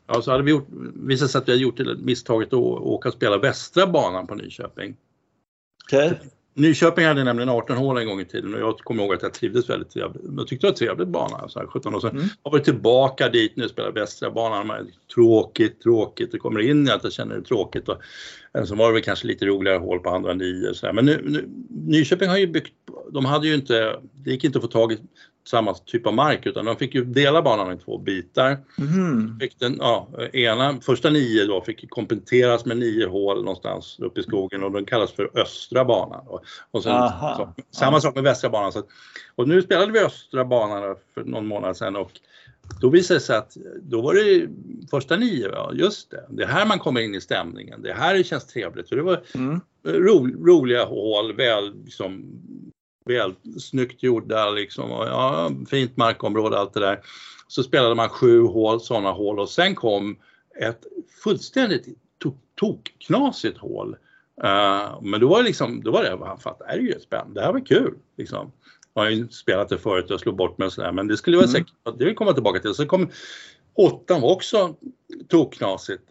Ja, så hade vi gjort, visat sig att vi hade gjort misstaget att åka och spela västra banan på Nyköping. Okej. Okay. Nyköping hade nämligen arton hål en gång i tiden och jag kommer ihåg att jag trivdes väldigt trevligt. Jag tyckte det var en trevlig bana, så här sjutton år sedan. Mm. Jag var tillbaka dit nu och spelade västra banan. Man, tråkigt, tråkigt. Det kommer in i att jag känner det tråkigt. Och, så var det väl kanske lite roligare hål på andra nio. Så här. Men nu, nu, Nyköping har ju byggt, de hade ju inte, det gick inte att få tag i samma typ av mark utan de fick ju dela banan i två bitar. Mm. Fick den, ja, ena, första nio då fick kompenteras med nio hål någonstans uppe i skogen och den kallas för östra banan. Och, och sen, så, samma ja. sak med västra banan. Så, och nu spelade vi östra banan för någon månad sedan och då visade det sig att då var det första nio, ja just det. Det här man kommer in i stämningen. Det här känns trevligt. Så det var mm. ro, roliga hål, väl liksom väl snyggt gjorda liksom, och ja, fint markområde, allt det där. Så spelade man sju hål, sådana hål och sen kom ett fullständigt tokknasigt to- hål. Uh, men då var det liksom, då var det, han fattar, är det ju spännande, det här var kul liksom. Jag har ju spelat det förut och slog bort mig och sådär, men det skulle vara mm. säkert, det vill komma tillbaka till. Så kom åttan också tokknasigt.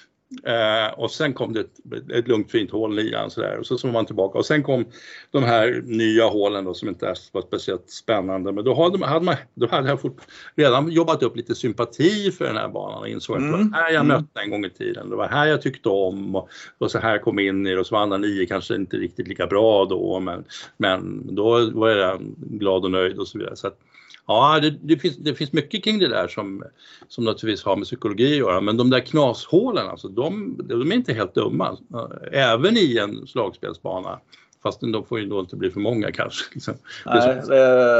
Uh, och sen kom det ett, ett lugnt fint hål nian sådär och så, så var man tillbaka och sen kom de här nya hålen då som inte är var speciellt spännande, men då hade, hade, man, då hade jag fort, redan jobbat upp lite sympati för den här banan och insåg mm. att det var här jag mötte en gång i tiden, det var här jag tyckte om och, och så här kom in i det och så var andra nio kanske inte riktigt lika bra då, men, men då var jag glad och nöjd och så vidare. Så att, ja, det, det, finns, det finns mycket kring det där som, som naturligtvis har med psykologi att göra. Men de där knashålen, alltså, de, de är inte helt dumma. Även i en slagspelsbana. Fast de får ju då inte bli för många kanske. Liksom. Nej, eh,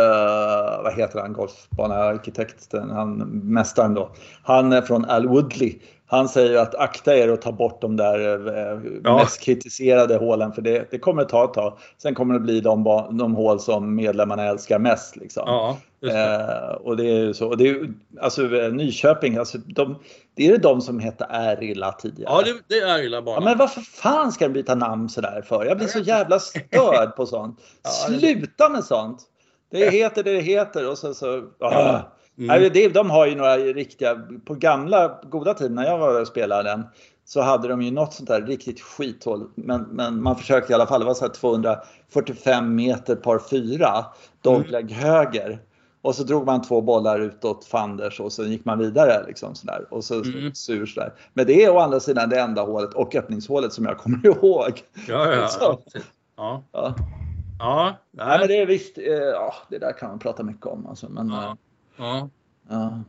vad heter han, golfbana-arkitekten, han, mästaren då. Han är från Al Woodley. Han säger att akta er och ta bort de där eh, ja. mest kritiserade hålen. För det, det kommer att ta ett tag. Sen kommer det bli de, de hål som medlemmarna älskar mest. Liksom. Ja, just det. Eh, och det är ju så. Och det är, alltså Nyköping, alltså, de, det är de som heter Ärila tidigare. Ja, det, det är Ärila bara. Ja, men varför fan ska de byta namn sådär för? Jag blir så jävla störd på sånt. Ja, sluta med sånt. Det heter det det heter och så... så ja. Mm. Det, de har ju några riktiga, på gamla goda tider när jag var och spelade den så hade de ju något sånt där riktigt skithål, men, men man försökte i alla fall, det var så här tvåhundrafyrtiofem meter par fyra dogleg mm. höger och så drog man två bollar utåt fanders och så gick man vidare liksom sådär och så mm. sur sådär. Men det är å andra sidan det enda hålet och öppningshålet som jag kommer ihåg. Ja, ja, så. ja. ja. Ja, nej, men det är visst, eh, ja, det där kan man prata mycket om alltså, men ja. Ja. Ja.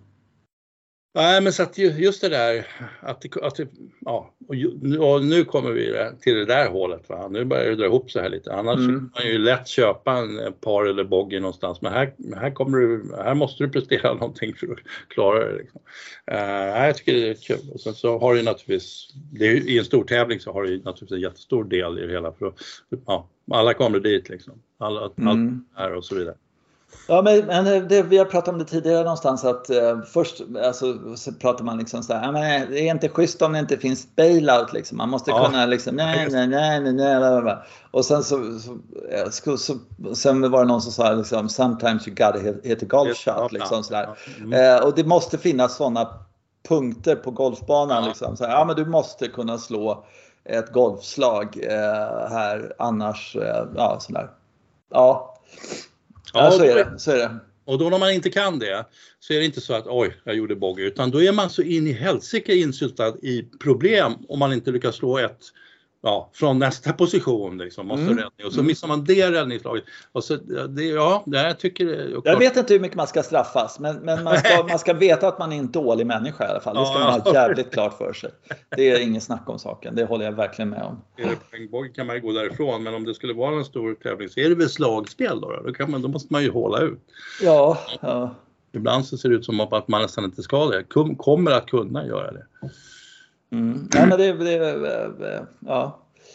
Nej, men så att just det där att, det, att det, ja, och, och nu kommer vi till det där hålet, va? Nu börjar det dra ihop så här lite. Annars mm. kan man ju lätt köpa en par eller bogey någonstans, men här, här, kommer du, här måste du prestera någonting för att klara det liksom. uh, jag tycker det är kul. Och sen så har du naturligtvis, det är, i en stor tävling så har du naturligtvis en jättestor del i det hela för att, ja, alla kommer dit liksom, alla, mm. allt här och så vidare. Ja, men, men det, vi har pratat om det tidigare någonstans att eh, först alltså, så pratar man liksom så här, ja, men det är inte schysst om det inte finns bailout liksom. Man måste ja. kunna liksom nej nej nej nej nej nej. Och sen så, så, så, så sen var det någon som sa liksom sometimes you gotta hit, hit a golf shot liksom så där. Mm. Eh, och det måste finnas sådana punkter på golfbanan ja. liksom så här, ja men du måste kunna slå ett golfslag eh, här annars eh, ja så där. Ja. Ja, ja så, är det, så är det. Och då när man inte kan det så är det inte så att oj, jag gjorde bogey, utan då är man så in i helsike insyltad i problem om man inte lyckas slå ett ja, från nästa position liksom, måste mm. räddning. Och så missar man det räddningslaget. Och så, det, ja, det jag tycker det, jag vet inte hur mycket man ska straffas, men, men man, ska, man ska veta att man är en dålig människa i alla fall. Det ska man ha jävligt klart för sig. Det är ingen snack om saken, det håller jag verkligen med om. Är det poängbogey kan man ju gå därifrån, men om det skulle vara en stor tävling så är det väl slagspel då? Då, kan man, då måste man ju hålla ut. Ja, ja. Ibland så ser det ut som att man nästan inte ska det. Kom, kommer att kunna göra det. Mm. Ja, men det, det, ja.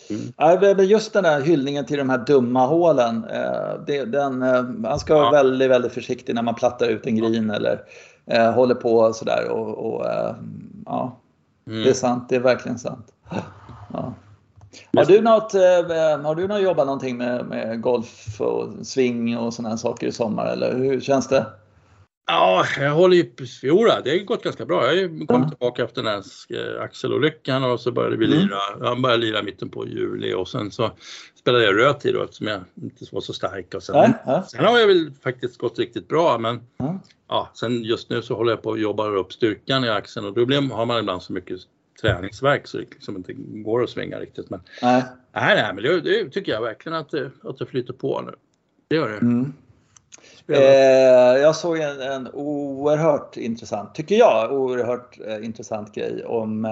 Mm. Just den där hyllningen till de här dumma hålen, det, den, man ska vara ja. väldigt, väldigt försiktig när man plattar ut en green ja. eller eh, håller på sådär och, och ja, mm. det är sant, det är verkligen sant. Ja. Har du något, har du något jobbat någonting med, med golf och swing och sådana här saker i sommar eller hur känns det? Ja, jag håller ju jo, det har gått ganska bra. Jag har ju kommit Mm. tillbaka efter den här axelolyckan och så började vi Mm. lira. Jag började lira mitten på juli och sen så spelade jag röd tid då eftersom jag inte var så stark. Och sen, Ja, ja. sen har jag väl faktiskt gått riktigt bra, men Ja. ja, sen just nu så håller jag på att jobba upp styrkan i axeln och då blir, har man ibland så mycket träningsverk så det liksom inte går att svänga riktigt. Men Nej. nej, nej men det, det tycker jag verkligen att det, att det flyter på nu. Det gör det. Mm. Eh, jag såg en, en oerhört intressant, tycker jag, oerhört eh, intressant grej om,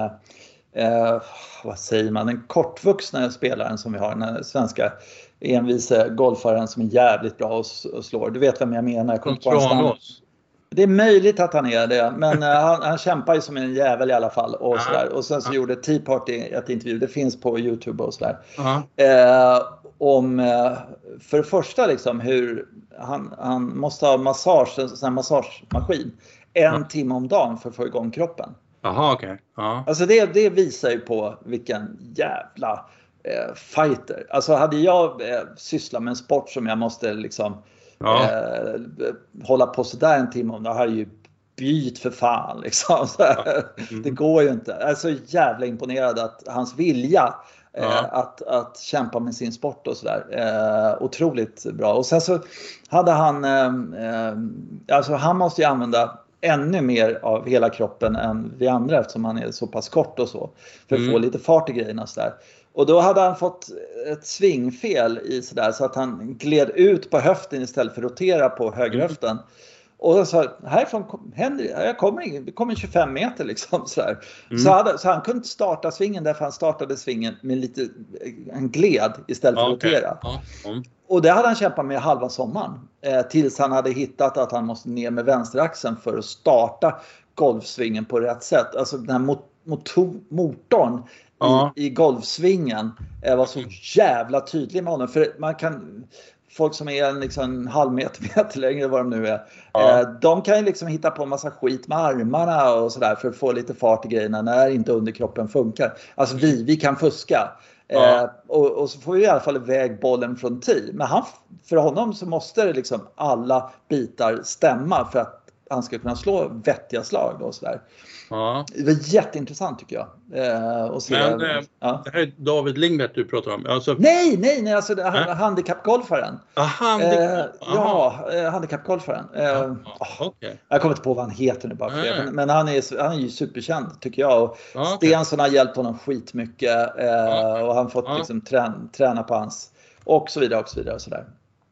eh, vad säger man, den kortvuxna spelaren som vi har, den svenska envise golfaren som är jävligt bra och, och slår. Du vet vem jag menar. Jag kommer inte på hans namn. Det är möjligt att han är det, men uh, han, han kämpar ju som en jävel i alla fall. Och, sådär. Och sen så uh-huh. gjorde Tea Party ett intervju, det finns på YouTube och sådär. Uh-huh. Eh, om, eh, för det första liksom hur han, han måste ha massage, en sån här massagemaskin en uh-huh. timme om dagen för att få igång kroppen. Jaha, okej. Okay. Uh-huh. Alltså det, det visar ju på vilken jävla eh, fighter. Alltså hade jag eh, sysslat med en sport som jag måste liksom Ja. Eh, hålla på så där en timme om det här är ju byt för fan liksom. Ja. Mm. Det går ju inte. Jag är så jävla imponerad att hans vilja eh, ja. att, att kämpa med sin sport och sådär. Eh, otroligt bra. Och sen så hade han eh, alltså han måste ju använda ännu mer av hela kroppen än vi andra eftersom han är så pass kort och så. För att mm. få lite fart i grejerna så där. Och då hade han fått ett svingfel i sådär så att han gled ut på höften istället för att rotera på högerhöften. Mm. Och då sa härifrån händer jag kommer det kommer tjugofem meter liksom sådär. Mm. Så, hade, så han kunde inte starta svingen därför han startade svingen med lite en gled istället för att okay. rotera. Ja. Mm. Och det hade han kämpat med halva sommaren eh, tills han hade hittat att han måste ner med vänsteraxeln för att starta golfsvingen på rätt sätt. Alltså den här mot, motor, motorn Ja. I, i golfsvingen eh, var så jävla tydlig med honom. För man kan, folk som är en liksom, halv meter, meter längre vad de nu är. Ja. Eh, de kan ju liksom hitta på en massa skit med armarna och sådär för att få lite fart i grejerna när inte underkroppen funkar. Alltså vi, vi kan fuska. Ja. Eh, och, och så får vi i alla fall iväg bollen från tee. Men han, för honom så måste det liksom alla bitar stämma för att han ska kunna slå vettiga slag och sådär. Ja. Det var jätteintressant tycker jag. Eh, och så Men där, eh, ja. det här är David Lingvert du pratar om. Alltså... Nej, nej, nej. Alltså det, äh? handikappgolfaren. Ah, handikapp... eh, ja, eh, handikappgolfaren. Eh, oh, okay. Jag kommer inte på vad han heter nu bara för det. Men, men han, är, han är ju superkänd tycker jag. Och ah, okay. Stensson har hjälpt honom skitmycket. Eh, ah, och han har fått ah. liksom, träna, träna på hans. Och så vidare och så vidare. Och så där.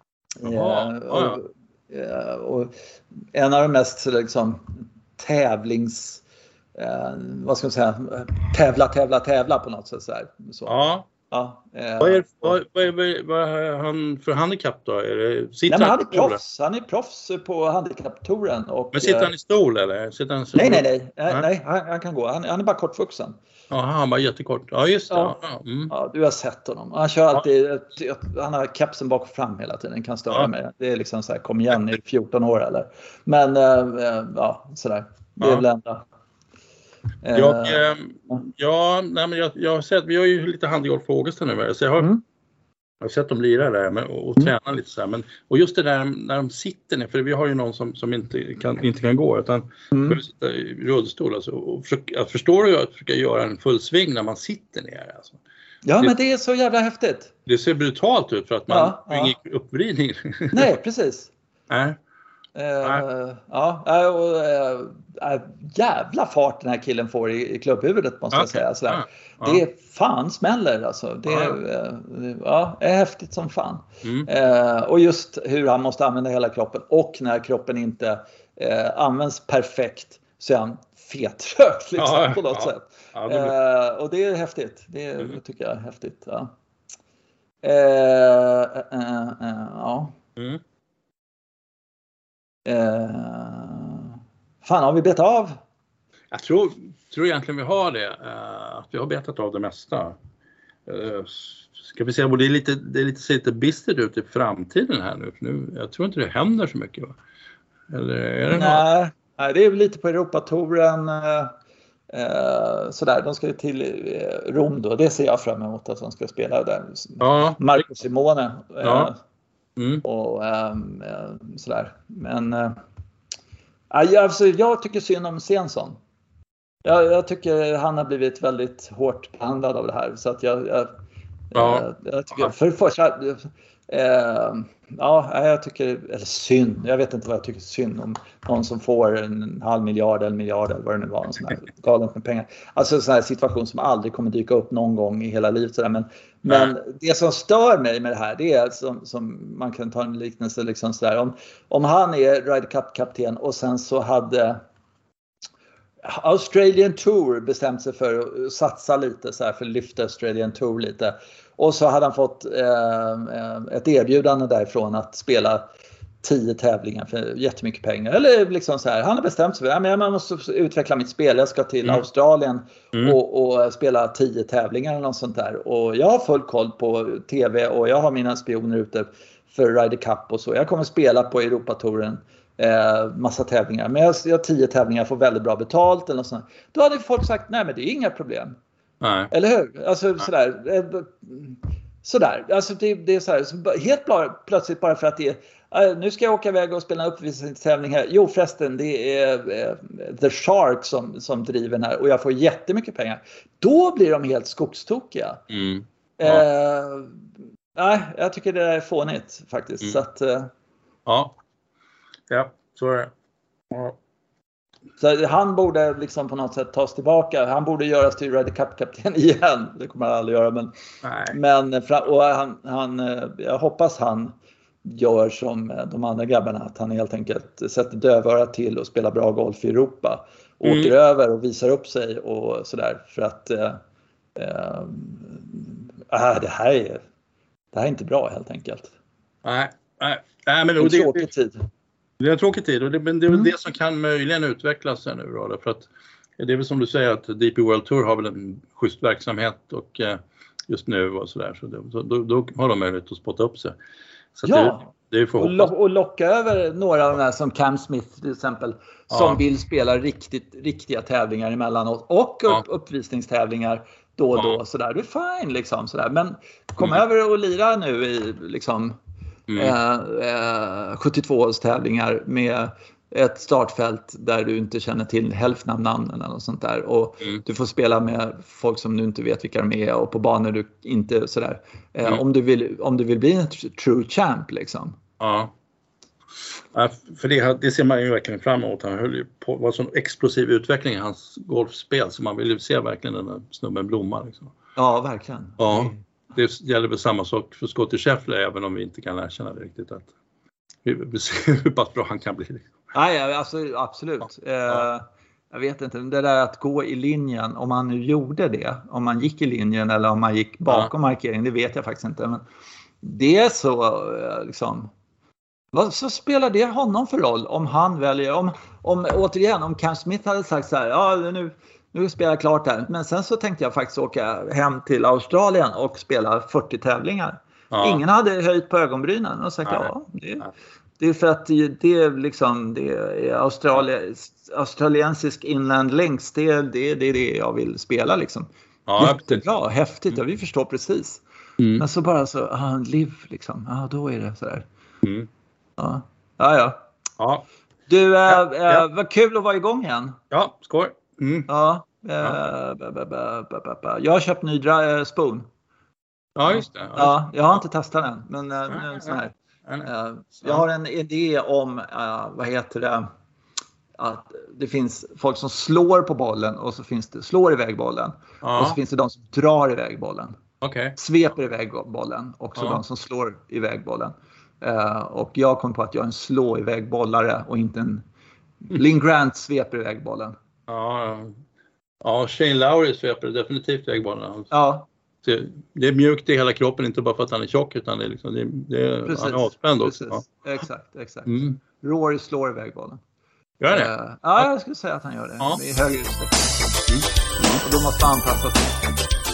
Eh, och, eh, och en av de mest liksom, tävlings... Eh, vad ska man säga, tävla, tävla, tävla på något sätt så här. Så. Ja. Ja eh, vad, är, vad, vad, är, vad är han för handikapp då? Är det, nej, men han är proffs, han är proffs på handikapptouren. Och, men sitter han i stol eller? Sitter han i stol? Nej, nej, nej, nej, nej han, han kan gå, han, han är bara kortvuxen. Ja, han var jättekort. Ja, just det. Ja. Ja, mm. Ja, du har sett honom. Han kör alltid, ja. Han har kepsen bak och fram hela tiden, kan störa ja. mig. Det är liksom så här, kom igen i fjorton år eller. Men eh, ja, sådär. Det är ja. väl ända. Jag, eh, ja, nej, men jag, jag har sett, vi har ju lite handgolf på Ågesta nu. Så jag har, mm. jag har sett dem lira där med, och, och mm. träna lite så här. Men, och just det där när de sitter ner, för vi har ju någon som, som inte, kan, inte kan gå utan mm. sitta i rullstol. Alltså, och försöka, förstår du att försöka göra en full sving när man sitter ner? Alltså. Ja, det, men det är så jävla häftigt. Det ser brutalt ut för att man ja, har ja. ingen uppvridning. Nej, precis. Nej. Uh, ja, uh, uh, jävla fart den här killen får i, i klubbhuvudet måste okay. jag säga. Sådär. Uh, uh. Det är fan smäller alltså. Det är, uh, ja, är häftigt som fan. Mm. Uh, och just hur han måste använda hela kroppen. Och när kroppen inte uh, används perfekt så är han fetrökt liksom, uh, på något uh, sätt. Uh, det uh, och det är häftigt. Det mm. tycker jag är häftigt. Ja. Uh, uh, uh, ja. Mm. Uh, fan, har vi betat av? Jag tror, tror egentligen vi har det. Uh, att vi har betat av det mesta. Uh, ska vi se, det är lite, det är lite, ser lite bistert ut i framtiden här nu. nu. Jag tror inte det händer så mycket. Va? Eller är det nej, nej, det är lite på Europatouren. Uh, uh, sådär, de ska ju till uh, Rom då. Det ser jag fram emot att de ska spela där. Ja. Marco Simone. Uh, ja. Mm. Och um, sådär. Men uh, Ja, alltså, jag tycker synd om Stensson. Jag, jag tycker han har blivit väldigt hårt behandlad av det här. Så att jag, jag, ja. jag, jag tycker, för det första, eh, ja, jag tycker, eller synd, jag vet inte vad jag tycker synd om någon som får en halv miljard eller miljard eller vad det nu var, en sån här galet med pengar. Alltså en sån här situation som aldrig kommer dyka upp någon gång i hela livet. Sådär. Men, men det som stör mig med det här, det är som, som man kan ta en liknelse liksom sådär. Om, om han är Ryder Cup-kapten och sen så hade Australian Tour bestämt sig för att satsa lite så här, för att lyfta Australian Tour lite. Och så hade han fått eh, ett erbjudande därifrån att spela tio tävlingar för jättemycket pengar. Eller liksom så här, han har bestämt sig för att ja, man måste utveckla mitt spel. Jag ska till mm. Australien mm. Och, och spela tio tävlingar eller något sånt där. Och jag har full koll på tv och jag har mina spioner ute för Ryder Cup och så. Jag kommer spela på Europatouren. Eh, massa tävlingar. Men jag, jag har tio tävlingar, får väldigt bra betalt eller sånt. Då hade folk sagt, nej men det är inga problem. Nej. Eller hur? Alltså nej. sådär. Eh, sådär. Alltså det, det är sådär. Så helt plötsligt bara för att det är, eh, nu ska jag åka iväg och spela en uppvisningstävling här. Jo förresten, det är eh, The Shark som, som driver den här. Och jag får jättemycket pengar. Då blir de helt skogstokiga. Mm. Ja. Eh, nej, jag tycker det är fånigt faktiskt. Mm. Så att... Eh, ja. Ja, så är det. Ja. Så han borde liksom på något sätt tas tillbaka. Han borde göras till Ryder Cup-kapten igen. Det kommer han aldrig göra. Men, men och han, han, jag hoppas han gör som de andra grabbarna. Att han helt enkelt sätter dövörat till och spelar bra golf i Europa. Mm. Åker över och visar upp sig och sådär. För att äh, äh, det, här är, det här är inte bra helt enkelt. Nej, nej. nej men det är en tråkig tid. Det är en tråkig tid och det, men det är väl mm. det som kan möjligen utvecklas nu då, för att det är väl som du säger att D P World Tour har väl en schysst verksamhet och eh, just nu och sådär så, det, så då, då har de möjlighet att spotta upp sig. Så ja, det, det är och, lo- och locka över några av de här som Cam Smith till exempel som ja. vill spela riktigt, riktiga tävlingar emellanåt och ja. upp, uppvisningstävlingar då och ja. då sådär. Det är fine liksom sådär, men kom mm. över och lira nu i liksom Mm. Eh, eh, sjuttiotvå tävlingar med ett startfält där du inte känner till hälften av namnen eller något sånt där och mm. du får spela med folk som du inte vet vilka de är och på banor du inte sådär eh, mm. om du vill om du vill bli en true champ liksom. Ja. Ja, för det, det ser man ju verkligen fram emot. Han höll ju på, var sån explosiv utveckling i hans golfspel så man vill ju se verkligen den där snubben blomma liksom. Ja, verkligen. Ja. Det gäller väl samma sak för Scottie Scheffler även om vi inte kan erkänna det riktigt att vi ser hur pass bra han kan bli. Nej, alltså, absolut. Ja. Eh, jag vet inte, det där att gå i linjen, om man nu gjorde det, om man gick i linjen eller om man gick bakom ja. markeringen, det vet jag faktiskt inte. Men det är så, liksom, vad så spelar det honom för roll om han väljer, om, om återigen, om Cam Smith hade sagt så här, ja nu... Nu spelar jag klart här. Men sen så tänkte jag faktiskt åka hem till Australien och spela fyrtio tävlingar. Ja. Ingen hade höjt på ögonbrynen och sagt Nej. ja. Det, det är för att det, det är liksom det är Australia, australiensisk inland links. Det är det, det, det jag vill spela liksom. Ja, jättebra, häftigt. Ja, vi förstår precis. Mm. Men så bara så, ah, liv liksom. Ja, ah, då är det så där. Mm. Ja, ja. ja. ja. Du, äh, ja, ja. Äh, vad kul att vara igång igen. Ja, skoj. Mm. Ja, ja. Äh, b- b- b- b- b- jag har köpt ny dry, spoon. Ja, just det. Ja, ja, jag har inte testat den, men äh, en sån här. Äh, jag har en idé om, äh, vad heter det, att det finns folk som slår på bollen och så finns det slår iväg bollen. Ja. Och så finns det de som drar iväg bollen. Okay. Sveper iväg bollen. Och så ja. de som slår iväg bollen. Uh, och jag kom på att jag är en slå iväg bollare och inte en Lynn Grant sveper iväg bollen. Ja, ja Shane Lowry sveper definitivt iväg bollen. Ja. Det är mjukt i hela kroppen, inte bara för att han är tjock utan det är, liksom, det är, det är han är avspänd också. Ja. Exakt, exakt. Mm. Rory slår iväg bollen. Gör det? Uh, ja, jag skulle säga att han gör det. Ja. I högre utsträckning. Mm. Och då måste han anpassa sig.